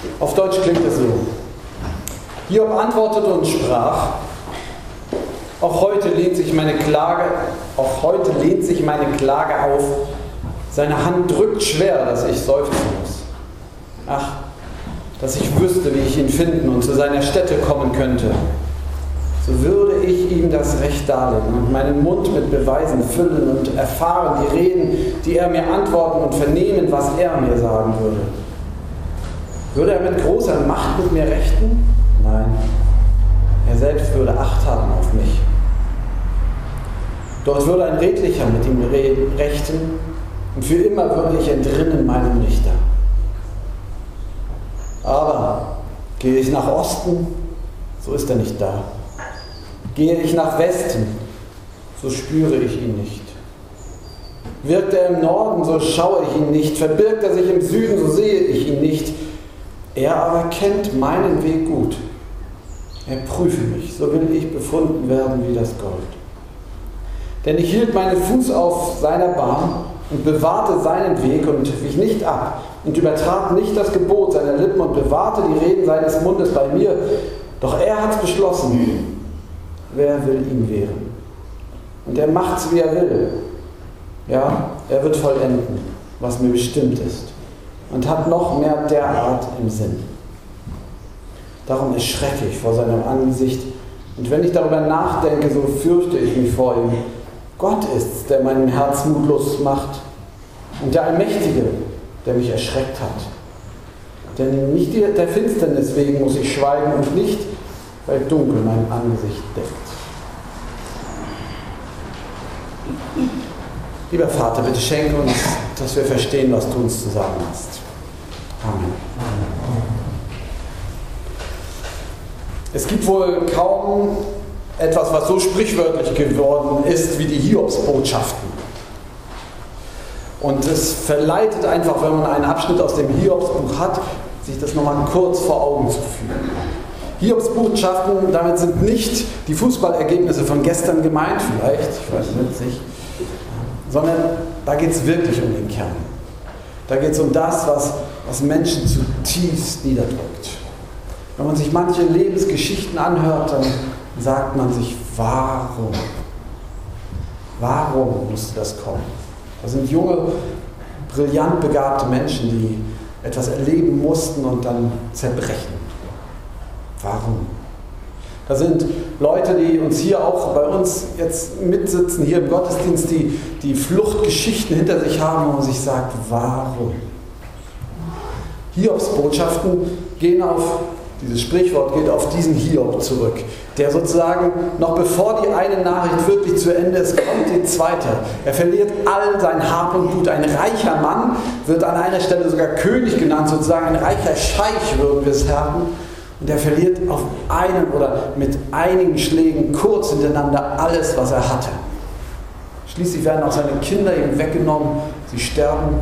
Auf Deutsch klingt es so. Hiob antwortete und sprach: Auch heute lehnt sich meine Klage auf. Seine Hand drückt schwer, dass ich seufzen muss. Ach, dass ich wüsste, wie ich ihn finden und zu seiner Stätte kommen könnte. So würde ich ihm das Recht darlegen und meinen Mund mit Beweisen füllen und erfahren die Reden, die er mir antworten und vernehmen, was er mir sagen würde. Würde er mit großer Macht mit mir rechten? Nein, er selbst würde Acht haben auf mich. Dort würde ein Redlicher mit ihm rechten und für immer würde ich entrinnen meinem Richter. Aber gehe ich nach Osten, so ist er nicht da. Gehe ich nach Westen, so spüre ich ihn nicht. Wirkt er im Norden, so schaue ich ihn nicht. Verbirgt er sich im Süden, so sehe ich ihn nicht. Er aber kennt meinen Weg gut. Er prüfe mich, so will ich befunden werden wie das Gold. Denn ich hielt meinen Fuß auf seiner Bahn und bewahrte seinen Weg und wich nicht ab und übertrat nicht das Gebot seiner Lippen und bewahrte die Reden seines Mundes bei mir. Doch er hat beschlossen, wer will ihm wehren? Und er macht's, wie er will. Ja, er wird vollenden, was mir bestimmt ist, und hat noch mehr derart im Sinn. Darum erschrecke ich vor seinem Angesicht, und wenn ich darüber nachdenke, so fürchte ich mich vor ihm. Gott ist's, der meinen Herz mutlos macht, und der Allmächtige, der mich erschreckt hat. Denn nicht der Finsternis wegen muss ich schweigen und nicht, weil Dunkel mein Angesicht deckt. Lieber Vater, bitte schenke uns, dass wir verstehen, was du uns zu sagen hast. Amen. Es gibt wohl kaum etwas, was so sprichwörtlich geworden ist wie die Hiobsbotschaften. Und es verleitet einfach, wenn man einen Abschnitt aus dem Hiobsbuch hat, sich das nochmal kurz vor Augen zu führen. Hiobsbotschaften, damit sind nicht die Fußballergebnisse von gestern gemeint, vielleicht, ich weiß nicht, sondern da geht es wirklich um den Kern. Da geht es um das, was Menschen zutiefst niederdrückt. Wenn man sich manche Lebensgeschichten anhört, dann sagt man sich, warum? Warum musste das kommen? Das sind junge, brillant begabte Menschen, die etwas erleben mussten und dann zerbrechen. Warum? Da sind Leute, die uns hier auch bei uns jetzt mitsitzen, hier im Gottesdienst, die Fluchtgeschichten hinter sich haben, wo man sich sagt, warum? Hiobsbotschaften gehen auf, dieses Sprichwort geht auf diesen Hiob zurück, der sozusagen, noch bevor die eine Nachricht wirklich zu Ende ist, kommt die zweite. Er verliert all sein Hab und Gut. Ein reicher Mann wird an einer Stelle sogar König genannt, sozusagen ein reicher Scheich würden wir es haben. Und er verliert auf einen oder mit einigen Schlägen kurz hintereinander alles, was er hatte. Schließlich werden auch seine Kinder ihm weggenommen, sie sterben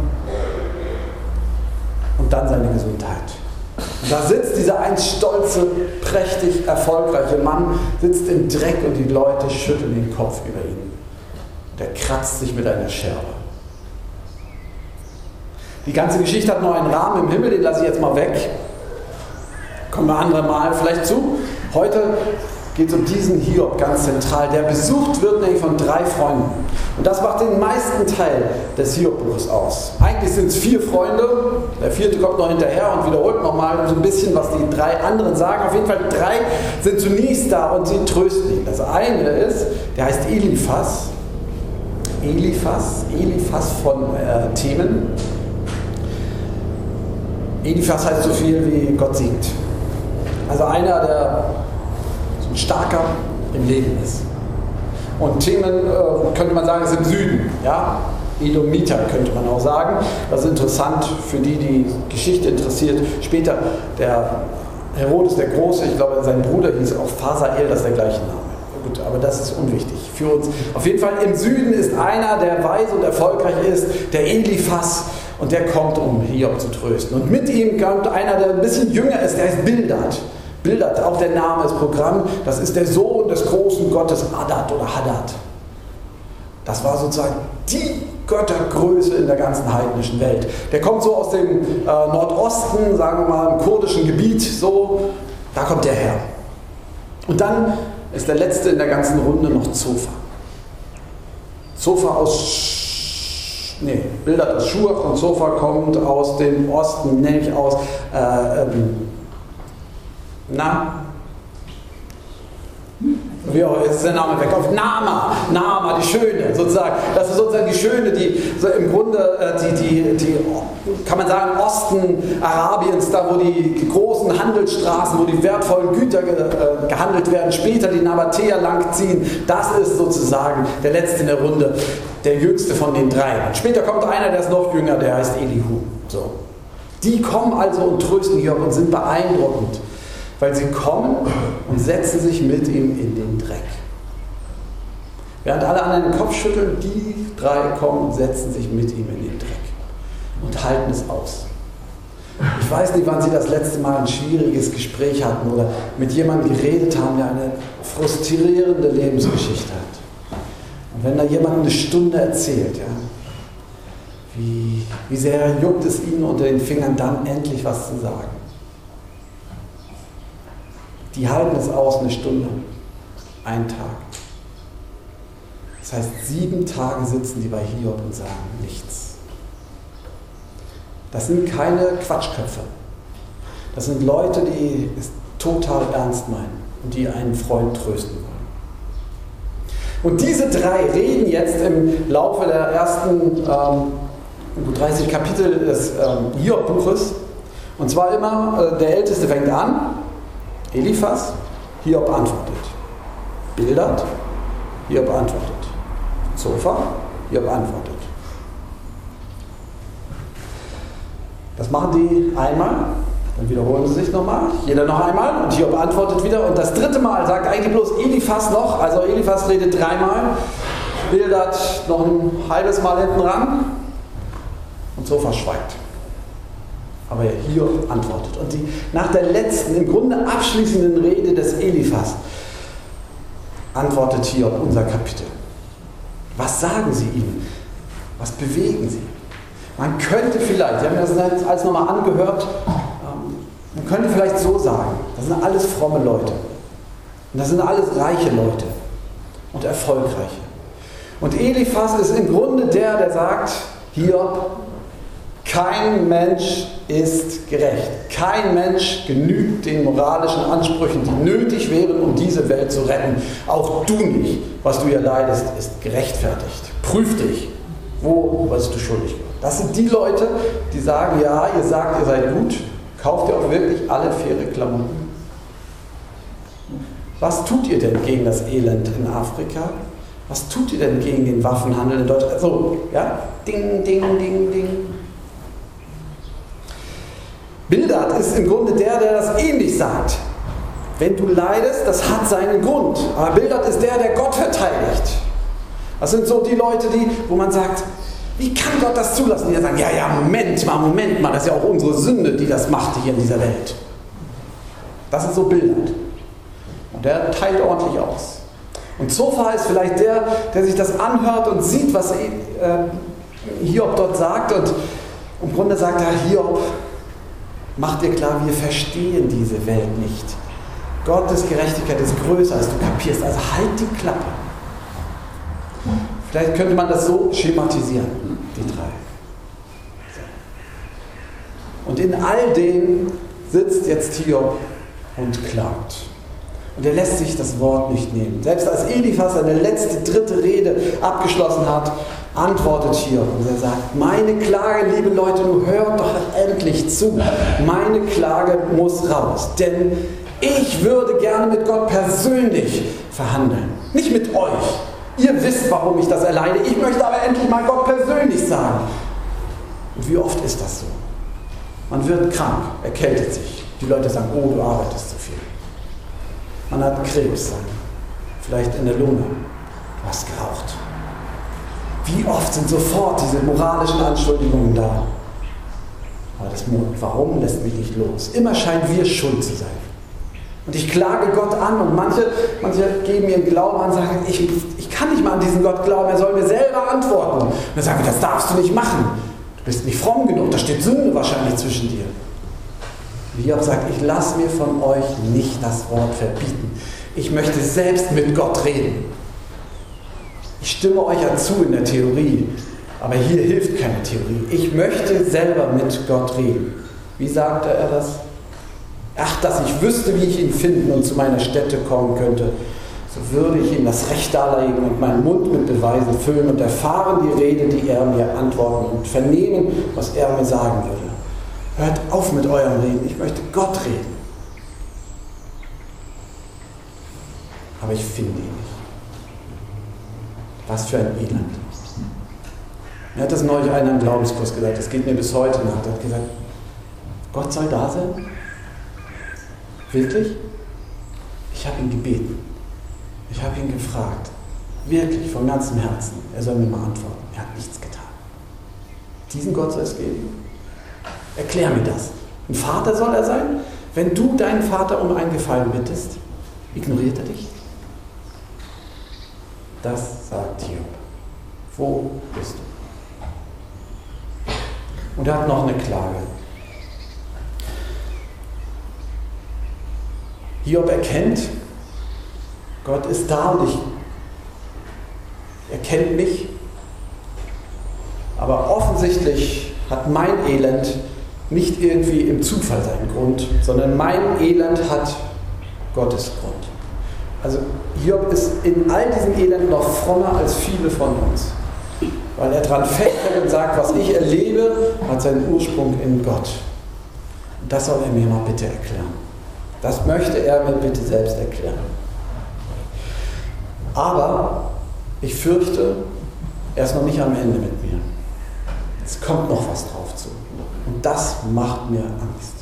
und dann seine Gesundheit. Und da sitzt dieser einst stolze, prächtig erfolgreiche Mann, sitzt im Dreck und die Leute schütteln den Kopf über ihn. Und er kratzt sich mit einer Scherbe. Die ganze Geschichte hat noch einen Rahmen im Himmel, den lasse ich jetzt mal weg. Kommen wir andere Mal vielleicht zu. Heute geht es um diesen Hiob ganz zentral, der besucht wird nämlich von 3 Freunden. Und das macht den meisten Teil des Hiob-Buches aus. Eigentlich sind es 4 Freunde, der 4. kommt noch hinterher und wiederholt nochmal so ein bisschen, was die 3 anderen sagen. Auf jeden Fall 3 sind zunächst da und sie trösten ihn. Das eine ist, der heißt Eliphas. Eliphas von Themen. Eliphas heißt so viel wie Gott siegt. Also einer, der so ein starker im Leben ist. Und Themen, könnte man sagen, ist im Süden. Ja? Edomiter könnte man auch sagen. Das ist interessant für die Geschichte interessiert. Später der Herodes der Große, ich glaube sein Bruder hieß auch Phasael, das ist der gleiche Name. Gut, aber das ist unwichtig für uns. Auf jeden Fall im Süden ist einer, der weise und erfolgreich ist, der Eliphas. Und der kommt, um Hiob zu trösten. Und mit ihm kommt einer, der ein bisschen jünger ist, der heißt Bildad. Bildad, auch der Name ist Programm, das ist der Sohn des großen Gottes Hadad oder Hadad. Das war sozusagen die Göttergröße in der ganzen heidnischen Welt. Der kommt so aus dem Nordosten, sagen wir mal im kurdischen Gebiet, so, da kommt der her. Und dann ist der letzte in der ganzen Runde noch Zophar. Zophar Bildad aus Schur und Zophar kommt aus dem Osten, nämlich aus wie auch, jetzt ist der Name weg, auf Nama, die Schöne, sozusagen. Das ist sozusagen die Schöne, die so im Grunde, die kann man sagen, Osten Arabiens, da wo die großen Handelsstraßen, wo die wertvollen Güter gehandelt werden, später die Nabatäer langziehen, das ist sozusagen der Letzte in der Runde, der Jüngste von den drei. Und später kommt einer, der ist noch jünger, der heißt Elihu. So. Die kommen also und trösten Hiob und sind beeindruckend. Weil sie kommen und setzen sich mit ihm in den Dreck. Während alle anderen den Kopf schütteln, die drei kommen und setzen sich mit ihm in den Dreck und halten es aus. Ich weiß nicht, wann Sie das letzte Mal ein schwieriges Gespräch hatten oder mit jemandem geredet haben, der eine frustrierende Lebensgeschichte hat. Und wenn da jemand eine Stunde erzählt, ja, wie sehr juckt es Ihnen unter den Fingern, dann endlich was zu sagen. Die halten es aus, eine Stunde, einen Tag. Das heißt, 7 Tage sitzen die bei Hiob und sagen nichts. Das sind keine Quatschköpfe. Das sind Leute, die es total ernst meinen und die einen Freund trösten wollen. Und diese drei reden jetzt im Laufe der ersten 30 Kapitel des Hiob-Buches. Und zwar immer, der Älteste fängt an, Eliphas, Hiob antwortet. Bildad, Hiob antwortet. Zophar, Hiob antwortet. Das machen die einmal, dann wiederholen sie sich nochmal, jeder noch einmal und Hiob antwortet wieder. Und das dritte Mal sagt eigentlich bloß Eliphas noch, also Eliphas redet 3-mal, Bildad noch ein halbes Mal hinten ran und Zophar schweigt. Aber Hiob antwortet. Und nach der letzten, im Grunde abschließenden Rede des Eliphas antwortet Hiob unser Kapitel. Was sagen sie ihm? Was bewegen sie? Man könnte vielleicht, wir haben das jetzt alles nochmal angehört, man könnte vielleicht so sagen, das sind alles fromme Leute. Und das sind alles reiche Leute und erfolgreiche. Und Eliphas ist im Grunde der sagt, Hiob, kein Mensch ist gerecht. Kein Mensch genügt den moralischen Ansprüchen, die nötig wären, um diese Welt zu retten. Auch du nicht. Was du hier leidest, ist gerechtfertigt. Prüf dich. Wo bist du schuldig? Das sind die Leute, die sagen, ja, ihr sagt, ihr seid gut, kauft ihr auch wirklich alle faire Klamotten? Was tut ihr denn gegen das Elend in Afrika? Was tut ihr denn gegen den Waffenhandel in Deutschland? So, ja, ding, ding, ding, ding. Bildad ist im Grunde der das ähnlich sagt. Wenn du leidest, das hat seinen Grund. Aber Bildad ist der Gott verteidigt. Das sind so die Leute, wo man sagt, wie kann Gott das zulassen? Die dann sagen, ja, Moment mal, das ist ja auch unsere Sünde, die das macht hier in dieser Welt. Das ist so Bildad. Und der teilt ordentlich aus. Und Zophar ist vielleicht der sich das anhört und sieht, was Hiob dort sagt. Und im Grunde sagt er, Hiob, mach dir klar, wir verstehen diese Welt nicht. Gottes Gerechtigkeit ist größer, als du kapierst. Also halt die Klappe. Vielleicht könnte man das so schematisieren, die drei. Und in all dem sitzt jetzt Hiob und klagt. Und er lässt sich das Wort nicht nehmen. Selbst als Eliphas seine letzte, dritte Rede abgeschlossen hat, antwortet Hiob und er sagt, meine Klage, liebe Leute, nun hört doch endlich zu. Meine Klage muss raus, denn ich würde gerne mit Gott persönlich verhandeln. Nicht mit euch. Ihr wisst, warum ich das erleide. Ich möchte aber endlich mal Gott persönlich sagen. Und wie oft ist das so? Man wird krank, erkältet sich. Die Leute sagen, oh, du arbeitest zu viel. Man hat Krebs, vielleicht in der Lunge. Du hast geraucht. Wie oft sind sofort diese moralischen Anschuldigungen da? Aber das warum lässt mich nicht los? Immer scheinen wir schuld zu sein. Und ich klage Gott an und manche geben mir Glauben an und sagen, ich kann nicht mal an diesen Gott glauben, er soll mir selber antworten. Und dann sagen wir, das darfst du nicht machen. Du bist nicht fromm genug, da steht Sünde wahrscheinlich zwischen dir. Hiob sagt, ich lasse mir von euch nicht das Wort verbieten. Ich möchte selbst mit Gott reden. Ich stimme euch ja zu in der Theorie, aber hier hilft keine Theorie. Ich möchte selber mit Gott reden. Wie sagte er das? Ach, dass ich wüsste, wie ich ihn finden und zu meiner Stätte kommen könnte. So würde ich ihm das Recht darlegen und meinen Mund mit Beweisen füllen und erfahren die Rede, die er mir antworten und vernehmen, was er mir sagen würde. Hört auf mit eurem Reden, ich möchte Gott reden. Aber ich finde ihn nicht. Was für ein Elend. Mir hat das neulich einer im Glaubenskurs gesagt, das geht mir bis heute nach. Er hat gesagt, Gott soll da sein? Wirklich? Ich habe ihn gebeten. Ich habe ihn gefragt. Wirklich, von ganzem Herzen. Er soll mir mal antworten. Er hat nichts getan. Diesen Gott soll es geben? Erklär mir das. Ein Vater soll er sein? Wenn du deinen Vater um einen Gefallen bittest, ignoriert er dich? Das sagt Hiob. Wo bist du? Und er hat noch eine Klage. Hiob erkennt, Gott ist da und er kennt mich, aber offensichtlich hat mein Elend nicht irgendwie im Zufall seinen Grund, sondern mein Elend hat Gottes Grund. Also Hiob ist in all diesem Elend noch frommer als viele von uns, weil er daran festhält und sagt, was ich erlebe, hat seinen Ursprung in Gott. Und das soll er mir mal bitte erklären. Das möchte er mir bitte selbst erklären. Aber ich fürchte, er ist noch nicht am Ende mit mir. Es kommt noch was drauf zu. Und das macht mir Angst.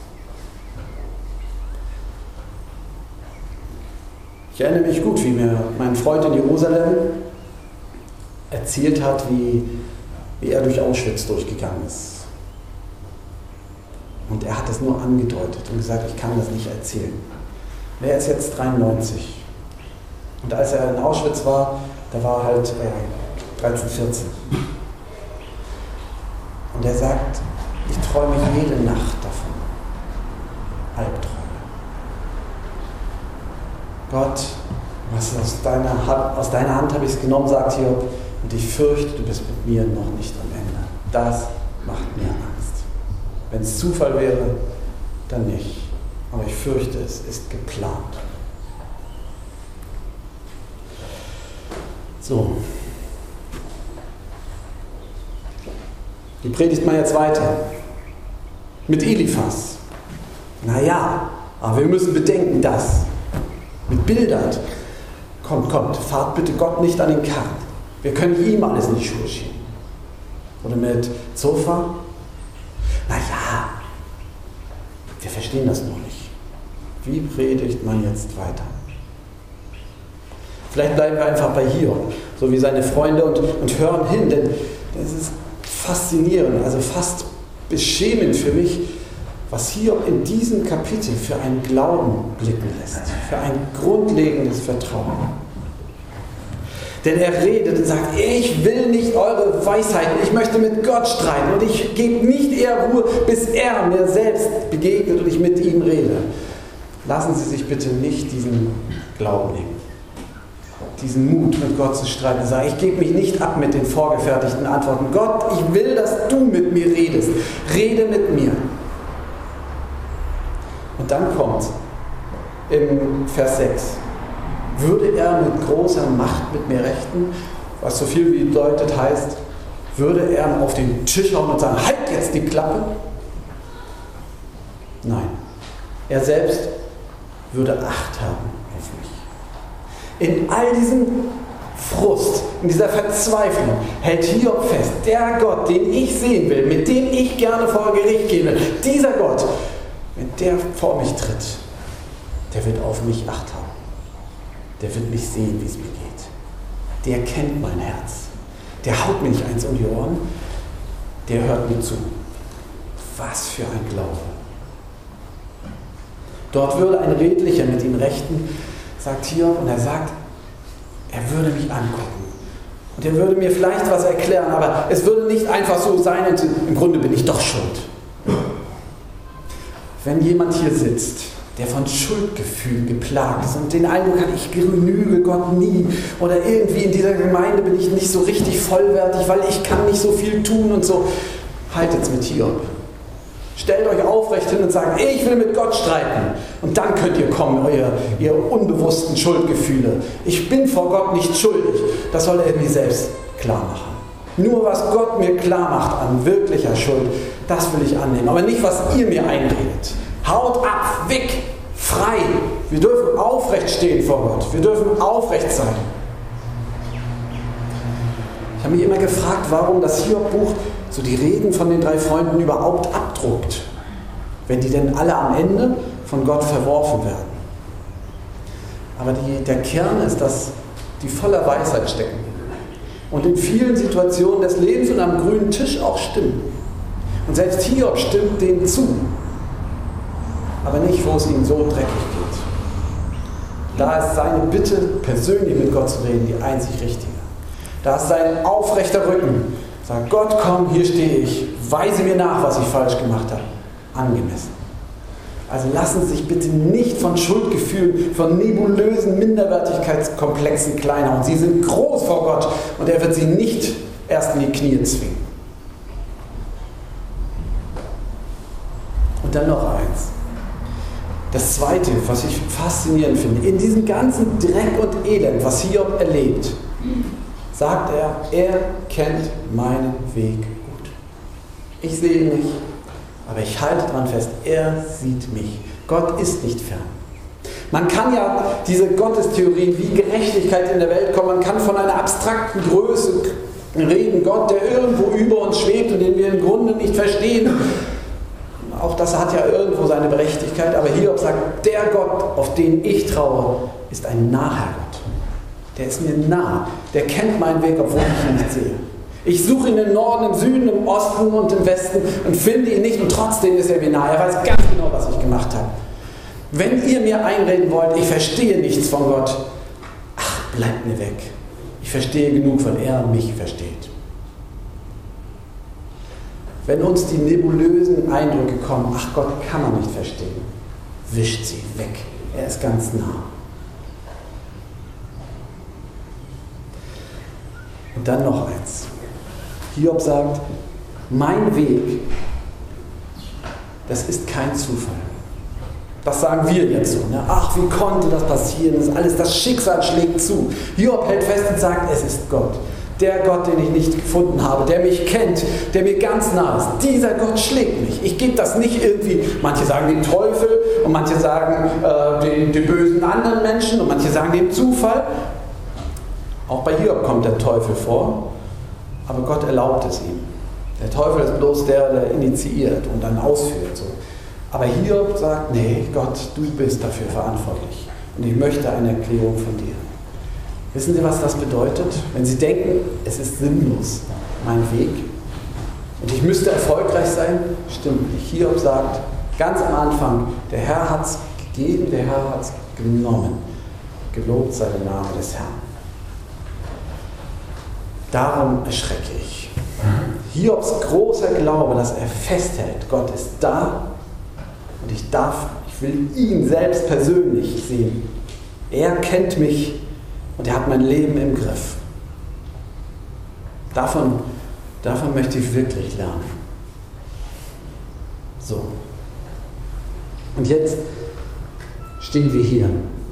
Ich erinnere mich gut, wie mir mein Freund in Jerusalem erzählt hat, wie er durch Auschwitz durchgegangen ist. Und er hat das nur angedeutet und gesagt, ich kann das nicht erzählen. Er ist jetzt 93. Und als er in Auschwitz war, da war er halt 13, 14. Und er sagt, ich träume jede Nacht davon. Albträume. Gott, was aus deiner Hand habe ich es genommen, sagt Hiob, und ich fürchte, du bist mit mir noch nicht am Ende. Das macht mir Angst. Wenn es Zufall wäre, dann nicht. Aber ich fürchte, es ist geplant. So. Die Predigt mal jetzt weiter. Mit Eliphas. Naja, aber wir müssen bedenken, dass. Mit Bildad. Kommt, fahrt bitte Gott nicht an den Karren. Wir können ihm alles in die Schuhe schieben. Oder mit Zophar. Naja, wir verstehen das noch nicht. Wie predigt man jetzt weiter? Vielleicht bleiben wir einfach bei Hiob, so wie seine Freunde und hören hin, denn es ist faszinierend, also fast beschämend für mich, was Hiob in diesem Kapitel für einen Glauben blicken lässt, für ein grundlegendes Vertrauen. Denn er redet und sagt, ich will nicht eure Weisheiten, ich möchte mit Gott streiten und ich gebe nicht eher Ruhe, bis er mir selbst begegnet und ich mit ihm rede. Lassen Sie sich bitte nicht diesen Glauben nehmen, diesen Mut, mit Gott zu streiten und sagen, ich gebe mich nicht ab mit den vorgefertigten Antworten. Gott, ich will, dass du mit mir redest. Rede mit mir. Und dann kommt im Vers 6, würde er mit großer Macht mit mir rechten, was so viel wie bedeutet heißt, würde er auf den Tisch hauen und sagen, halt jetzt die Klappe? Nein, er selbst würde Acht haben auf mich. In all diesem Frust, in dieser Verzweiflung hält Hiob fest, der Gott, den ich sehen will, mit dem ich gerne vor Gericht gehe, dieser Gott, wenn der vor mich tritt, der wird auf mich Acht haben. Der wird mich sehen, wie es mir geht. Der kennt mein Herz. Der haut mir nicht eins um die Ohren. Der hört mir zu. Was für ein Glaube. Dort würde ein Redlicher mit ihm rechten, sagt Hiob, und er sagt, er würde mich angucken. Und er würde mir vielleicht was erklären, aber es würde nicht einfach so sein und im Grunde bin ich doch schuld. Wenn jemand hier sitzt, der von Schuldgefühlen geplagt ist und den Eindruck hat, ich genüge Gott nie oder irgendwie in dieser Gemeinde bin ich nicht so richtig vollwertig, weil ich kann nicht so viel tun und so, haltet's mit Hiob. Stellt euch aufrecht hin und sagt, ich will mit Gott streiten. Und dann könnt ihr kommen, ihr unbewussten Schuldgefühle. Ich bin vor Gott nicht schuldig. Das soll er mir selbst klar machen. Nur was Gott mir klar macht an wirklicher Schuld, das will ich annehmen. Aber nicht, was ihr mir einredet. Haut ab, weg, frei. Wir dürfen aufrecht stehen vor Gott. Wir dürfen aufrecht sein. Ich habe mich immer gefragt, warum das Hiob-Buch so die Reden von den 3 Freunden überhaupt abdruckt, wenn die denn alle am Ende von Gott verworfen werden. Aber der Kern ist, dass die voller Weisheit stecken und in vielen Situationen des Lebens und am grünen Tisch auch stimmen. Und selbst Hiob stimmt denen zu, aber nicht, wo es ihm so dreckig geht. Da ist seine Bitte, persönlich mit Gott zu reden, die einzig richtige. Da ist sein aufrechter Rücken. Sagt Gott, komm, hier stehe ich, weise mir nach, was ich falsch gemacht habe. Angemessen. Also lassen Sie sich bitte nicht von Schuldgefühlen, von nebulösen Minderwertigkeitskomplexen kleinhauen. Sie sind groß vor Gott und er wird Sie nicht erst in die Knie zwingen. Und dann noch eins. Das Zweite, was ich faszinierend finde, in diesem ganzen Dreck und Elend, was Hiob erlebt, sagt er kennt meinen Weg gut. Ich sehe ihn nicht, aber ich halte daran fest, er sieht mich. Gott ist nicht fern. Man kann ja diese Gottestheorien wie Gerechtigkeit in der Welt kommen, man kann von einer abstrakten Größe reden, Gott, der irgendwo über uns schwebt und den wir im Grunde nicht verstehen. Auch das hat ja irgendwo seine Berechtigkeit, aber Hiob sagt, der Gott, auf den ich traue, ist ein naher Gott. Der ist mir nah. Der kennt meinen Weg, obwohl ich ihn nicht sehe. Ich suche ihn im Norden, im Süden, im Osten und im Westen und finde ihn nicht und trotzdem ist er mir nah. Er weiß ganz genau, was ich gemacht habe. Wenn ihr mir einreden wollt, ich verstehe nichts von Gott, ach, bleibt mir weg. Ich verstehe genug, weil er mich versteht. Wenn uns die nebulösen Eindrücke kommen, ach, Gott kann man nicht verstehen, wischt sie weg. Er ist ganz nah. Und dann noch eins. Hiob sagt, mein Weg, das ist kein Zufall. Das sagen wir jetzt so. Ne? Ach, wie konnte das passieren? Das ist alles, das Schicksal schlägt zu. Hiob hält fest und sagt, es ist Gott. Der Gott, den ich nicht gefunden habe, der mich kennt, der mir ganz nah ist. Dieser Gott schlägt mich. Ich gebe das nicht irgendwie, manche sagen dem Teufel und manche sagen den bösen anderen Menschen und manche sagen dem Zufall. Auch bei Hiob kommt der Teufel vor, aber Gott erlaubt es ihm. Der Teufel ist bloß der initiiert und dann ausführt. So. Aber Hiob sagt, nee, Gott, du bist dafür verantwortlich. Und ich möchte eine Erklärung von dir. Wissen Sie, was das bedeutet? Wenn Sie denken, es ist sinnlos, mein Weg, und ich müsste erfolgreich sein, stimmt nicht. Hiob sagt ganz am Anfang, der Herr hat es gegeben, der Herr hat es genommen. Gelobt sei der Name des Herrn. Darum erschrecke ich. Hiobs großer Glaube, dass er festhält, Gott ist da und ich will ihn selbst persönlich sehen. Er kennt mich und er hat mein Leben im Griff. Davon möchte ich wirklich lernen. So. Und jetzt stehen wir hier.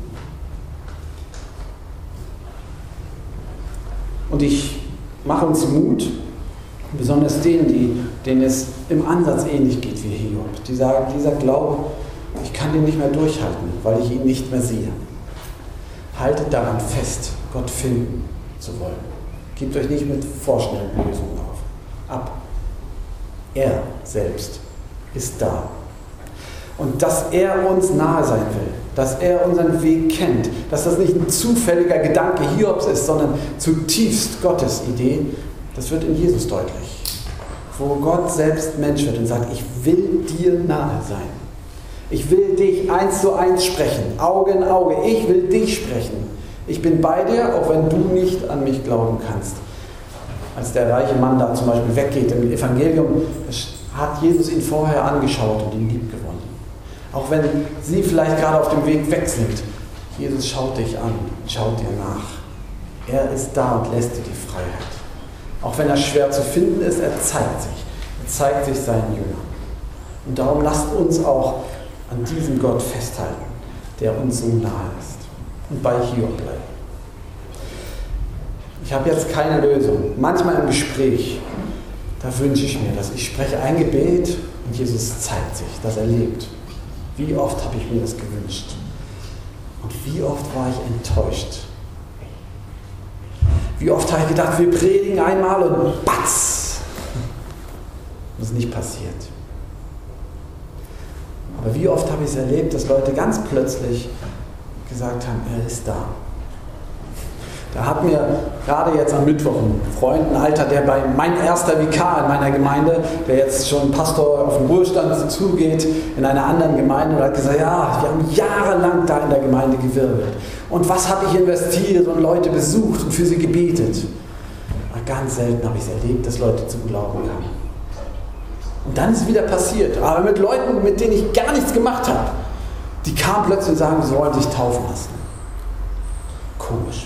Und ich mache uns Mut, besonders denen, denen es im Ansatz ähnlich geht wie Hiob. Die sagen, dieser Glaube, ich kann den nicht mehr durchhalten, weil ich ihn nicht mehr sehe. Haltet daran fest, Gott finden zu wollen. Gebt euch nicht mit vorschnellen Lösungen ab. Er selbst ist da. Und dass er uns nahe sein will, dass er unseren Weg kennt, dass das nicht ein zufälliger Gedanke Hiobs ist, sondern zutiefst Gottes Idee, das wird in Jesus deutlich. Wo Gott selbst Mensch wird und sagt, ich will dir nahe sein. Ich will dich 1:1 sprechen, Auge in Auge. Ich will dich sprechen. Ich bin bei dir, auch wenn du nicht an mich glauben kannst. Als der reiche Mann da zum Beispiel weggeht im Evangelium, hat Jesus ihn vorher angeschaut und ihn lieb gewonnen. Auch wenn sie vielleicht gerade auf dem Weg weg sind, Jesus schaut dich an, schaut dir nach. Er ist da und lässt dir die Freiheit. Auch wenn er schwer zu finden ist, er zeigt sich seinen Jüngern. Und darum lasst uns auch an diesem Gott festhalten, der uns so nahe ist. Und bei Hiob bleiben. Ich habe jetzt keine Lösung. Manchmal im Gespräch, da wünsche ich mir, dass ich spreche ein Gebet und Jesus zeigt sich, dass er lebt. Wie oft habe ich mir das gewünscht? Und wie oft war ich enttäuscht? Wie oft habe ich gedacht, wir predigen einmal und batz! Das ist nicht passiert. Aber wie oft habe ich es erlebt, dass Leute ganz plötzlich gesagt haben, er ist da. Da hat mir gerade jetzt am Mittwoch ein Freund, ein Alter, der bei mein erster Vikar in meiner Gemeinde, der jetzt schon Pastor auf den Ruhestand zugeht, in einer anderen Gemeinde, und hat gesagt, ja, wir haben jahrelang da in der Gemeinde gewirbelt. Und was habe ich investiert und Leute besucht und für sie gebetet. Aber ganz selten habe ich es erlebt, dass Leute zum Glauben kamen. Und dann ist es wieder passiert. Aber mit Leuten, mit denen ich gar nichts gemacht habe, die kamen plötzlich und sagen, sie wollen sich taufen lassen. Komisch.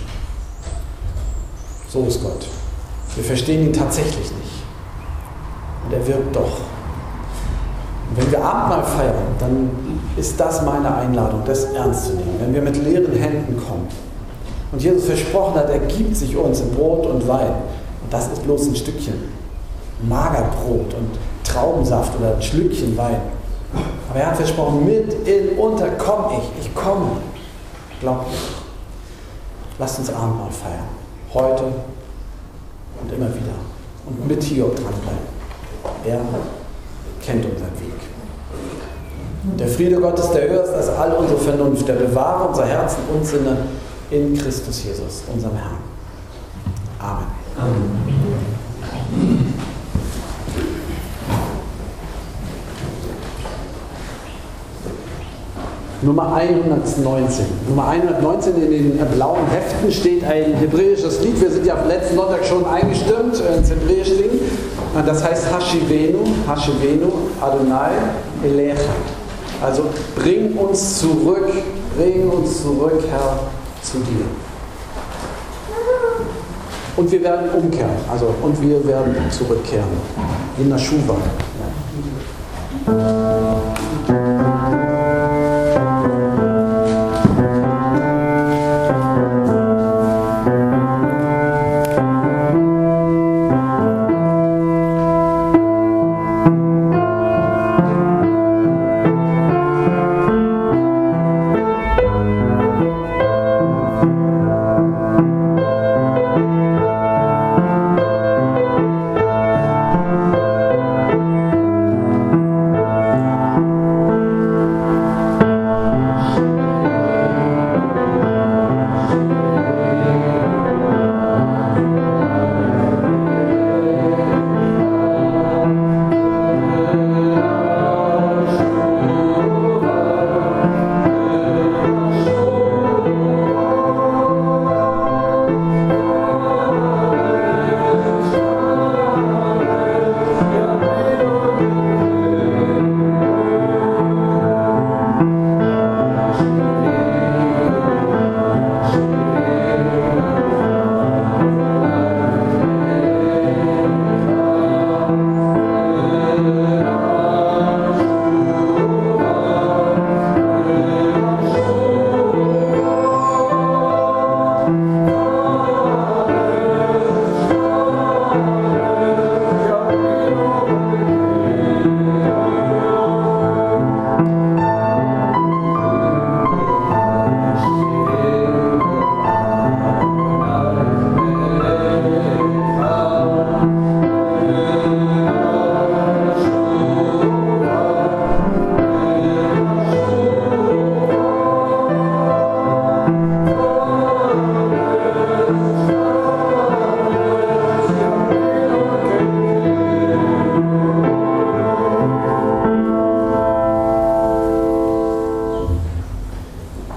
So ist Gott. Wir verstehen ihn tatsächlich nicht. Und er wirkt doch. Und wenn wir Abendmahl feiern, dann ist das meine Einladung, das ernst zu nehmen. Wenn wir mit leeren Händen kommen. Und Jesus versprochen hat, er gibt sich uns in Brot und Wein. Und das ist bloß ein Stückchen Magerbrot und Traubensaft oder ein Schlückchen Wein. Aber er hat versprochen, mit in unter komme ich komme. Glaubt mir. Lasst uns Abendmahl feiern. Heute und immer wieder. Und mit Hiob dranbleiben. Er kennt unseren Weg. Und der Friede Gottes, der höher ist als all unsere Vernunft, der bewahre unser Herzen und Sinne in Christus Jesus, unserem Herrn. Amen. Amen. Nummer 119. Nummer 119 in den blauen Heften steht ein hebräisches Lied. Wir sind ja am letzten Sonntag schon eingestimmt ins Hebräische singen. Das heißt Hashivenu, Adonai Elecha. Also bring uns zurück, Herr, zu dir. Und wir werden umkehren, und wir werden zurückkehren. In der Schuwa. Ja.